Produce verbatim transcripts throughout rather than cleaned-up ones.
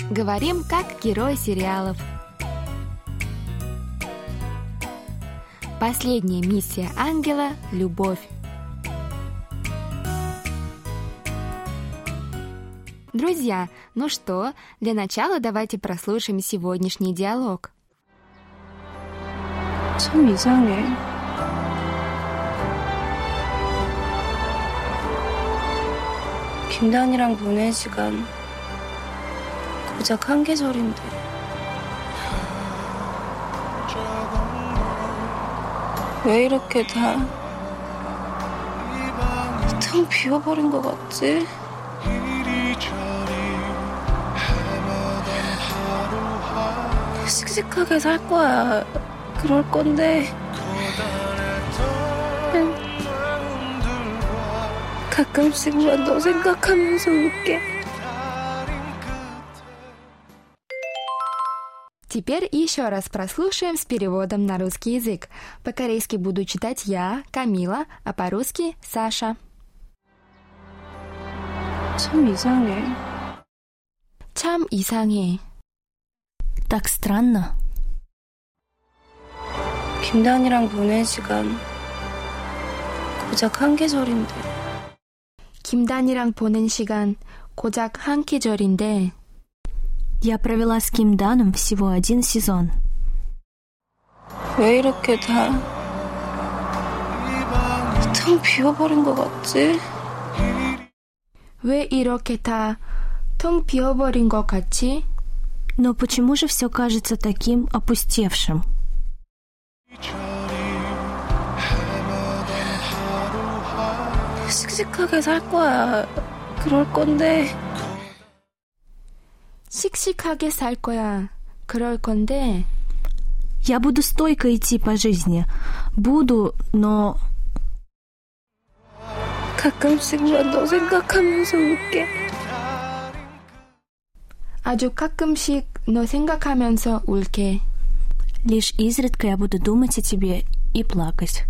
Говорим, как герои сериалов. Последняя миссия ангела – любовь. Друзья, ну что, для начала давайте прослушаем сегодняшний диалог. 참 이상해. 김단이랑 보낸 시간 고작 한 계절인데 왜 이렇게 다 텅 비워버린 것 같지? 씩씩하게 살 거야. 그럴 건데 가끔씩만 너 생각하면서 울게. Теперь еще раз прослушаем с переводом на русский язык. По-корейски буду читать я, Камила, а по-русски Саша. 참 이상해. 참 이상해. Так странно. 김단이랑 보낸 시간 고작 한 계절인데 김단이랑 보낸 시간 고작 한 계절인데 Я провела с Ким Даном всего один сезон. 왜 이렇게 다 텅 비워버린 것 같지? 왜 이렇게 다 텅 비어버린 것 같지? Но почему же все кажется таким опустевшим? 씩씩하게 살 거야. 그럴 건데 씩씩하게 살 거야. 그럴 건데 Я буду стойко идти по жизни. Буду, но... 가끔씩만 너 생각하면서 울게. 아주 가끔씩 너 생각하면서 울게. Лишь изредка я буду думать о тебе и плакать.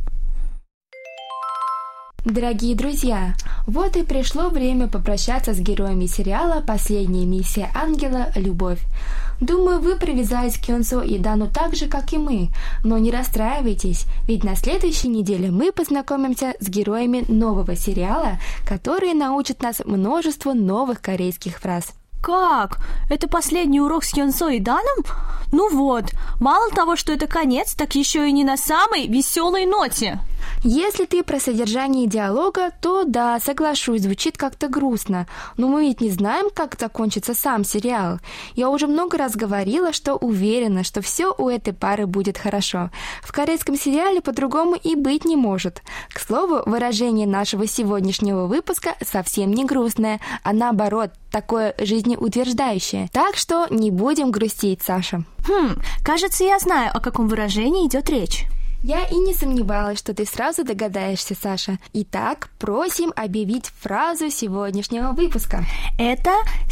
Дорогие друзья, вот и пришло время попрощаться с героями сериала «Последняя миссия ангела. Любовь». Думаю, вы привязались к Кёнсо и Дану так же, как и мы, но не расстраивайтесь, ведь на следующей неделе мы познакомимся с героями нового сериала, которые научат нас множеству новых корейских фраз. Как? Это последний урок с Кёнсо и Даном? Ну вот, мало того, что это конец, так еще и не на самой веселой ноте. Если ты про содержание диалога, то да, соглашусь, звучит как-то грустно. Но мы ведь не знаем, как закончится сам сериал. Я уже много раз говорила, что уверена, что все у этой пары будет хорошо. В корейском сериале по-другому и быть не может. К слову, выражение нашего сегодняшнего выпуска совсем не грустное, а наоборот, такое жизнеутверждающее. Так что не будем грустить, Саша. Хм, кажется, я знаю, о каком выражении идет речь. Я и не сомневалась, что ты сразу догадаешься, Саша. Итак, просим объявить фразу сегодняшнего выпуска. Это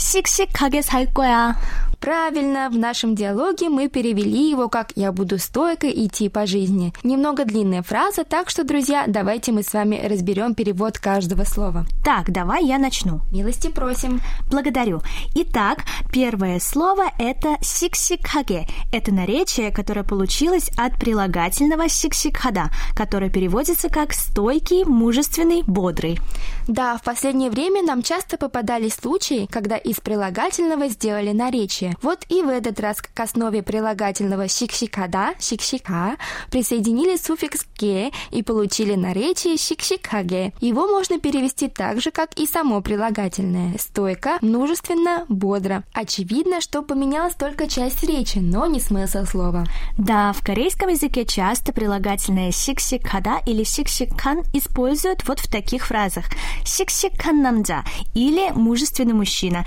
«씩씩하게 살 거야». Правильно, в нашем диалоге мы перевели его как «я буду стойко идти по жизни». Немного длинная фраза, так что, друзья, давайте мы с вами разберем перевод каждого слова. Так, давай я начну. Милости просим. Благодарю. Итак, первое слово – это «씩씩하게». Это наречие, которое получилось от прилагательного «씩씩하다», которое переводится как «стойкий, мужественный, бодрый». Да, в последнее время нам часто попадались случаи, когда из прилагательного сделали наречие. Вот и в этот раз к основе прилагательного «씩씩하다», «씩씩하» присоединили суффикс «게» и получили наречие «씩씩하게». Его можно перевести так же, как и само прилагательное – стойко, мужественно, бодро. Очевидно, что поменялась только часть речи, но не смысл слова. Да, в корейском языке часто прилагательное «씩씩하다» или «씩씩한» используют вот в таких фразах. «씩씩한 남자» или «мужественный мужчина»,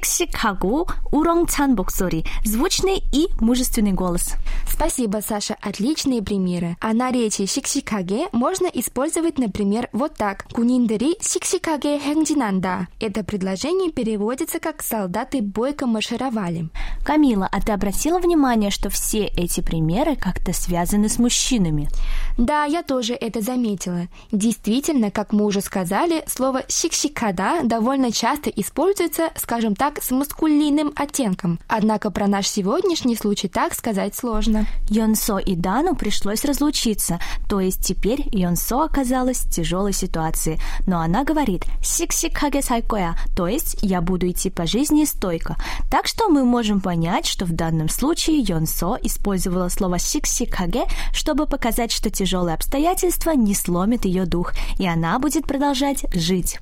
«씩씩하고 우렁찬 목소리» – звучный и мужественный голос. Спасибо, Саша, отличные примеры. А наречие «씩씩하게» можно использовать, например, вот так. 군인들이 씩씩하게 행진한다. Это предложение переводится как «солдаты бойко маршировали». Камила, а ты обратила внимание, что все эти примеры как-то связаны с мужчинами? Да, я тоже это заметила. Действительно, как мы уже сказали, слово «сиксикхада» довольно часто используется, скажем так, с маскулинным оттенком. Однако про наш сегодняшний случай так сказать сложно. Йонсо и Дану пришлось разлучиться, то есть теперь Йонсо оказалась в тяжелой ситуации. Но она говорит «сиксикхаге 살 거야», то есть «я буду идти по жизни стойко». Так что мы можем понять, что в данном случае Йонсо использовала слово «сиксикхаге», чтобы показать, что тяжелые обстоятельства не сломят ее дух, и она будет продолжать жить.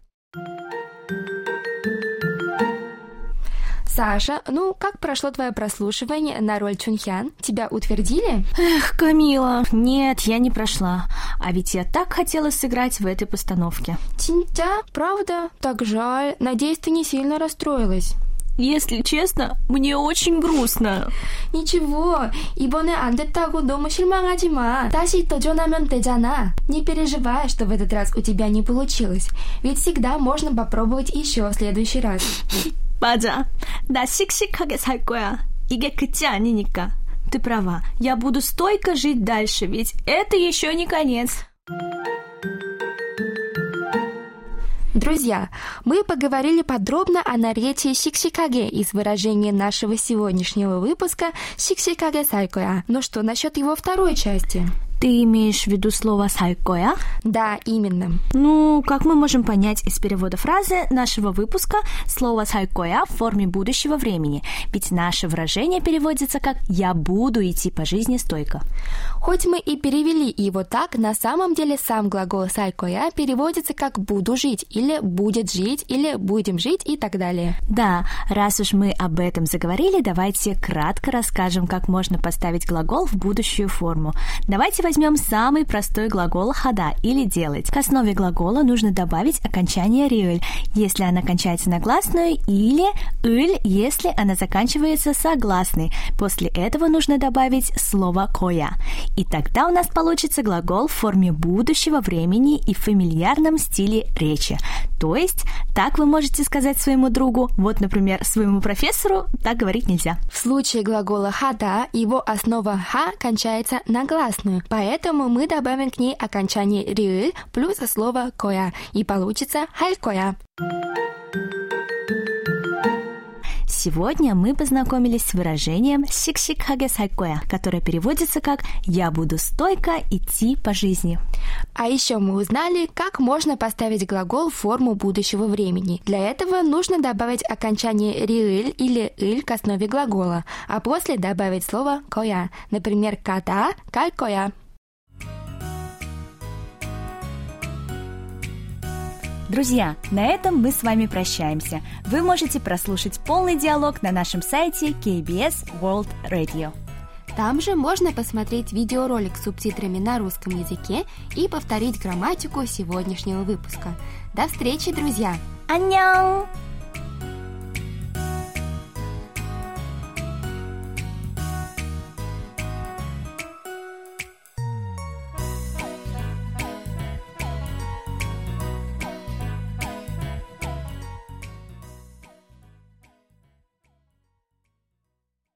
Саша, ну как прошло твое прослушивание на роль Чунхян? Тебя утвердили? Эх, Камила, нет, я не прошла. А ведь я так хотела сыграть в этой постановке. 진짜? Правда? Так жаль. Надеюсь, ты не сильно расстроилась. Если честно, мне очень грустно. Ничего, 이번에 안 됐다고 너무 실망하지 마. 다시 도전하면 되잖아. Не переживай, что в этот раз у тебя не получилось. Ведь всегда можно попробовать еще в следующий раз. 맞아. 나 씩씩하게 살 거야. 이게 끝이 아니니까. Ты права. Я буду стойко жить дальше, ведь это еще не конец. Друзья, мы поговорили подробно о наречии сиксикаге из выражения нашего сегодняшнего выпуска «сиксикаге 살 거야». Но что насчет его второй части? Ты имеешь в виду слово «살 거야»? Да, именно. Ну, как мы можем понять из перевода фразы нашего выпуска, слово «살 거야» в форме будущего времени, ведь наше выражение переводится как «я буду идти по жизни стойко». Хоть мы и перевели его так, на самом деле сам глагол «살 거야» переводится как «буду жить» или «будет жить» или «будем жить» и так далее. Да, раз уж мы об этом заговорили, давайте кратко расскажем, как можно поставить глагол в будущую форму. Давайте возьмем самый простой глагол «хада» или «делать». К основе глагола нужно добавить окончание «риэль», если она кончается на гласную, или «ыль», если она заканчивается согласной. После этого нужно добавить слово «коя». И тогда у нас получится глагол в форме будущего времени и в фамильярном стиле речи. То есть, так вы можете сказать своему другу, вот, например, своему профессору, так говорить нельзя. В случае глагола «хада» его основа «ха» кончается на гласную, поэтому мы добавим к ней окончание «риэль» плюс слово «коя», и получится «халь коя». Сегодня мы познакомились с выражением «сиксикхаге 살 거야», которое переводится как «я буду стойко идти по жизни». А еще мы узнали, как можно поставить глагол в форму будущего времени. Для этого нужно добавить окончание «риэль» или «ыль» к основе глагола, а после добавить слово «коя», например, «када», «каль коя». Друзья, на этом мы с вами прощаемся. Вы можете прослушать полный диалог на нашем сайте кей би эс World Radio. Там же можно посмотреть видеоролик с субтитрами на русском языке и повторить грамматику сегодняшнего выпуска. До встречи, друзья! 안녕!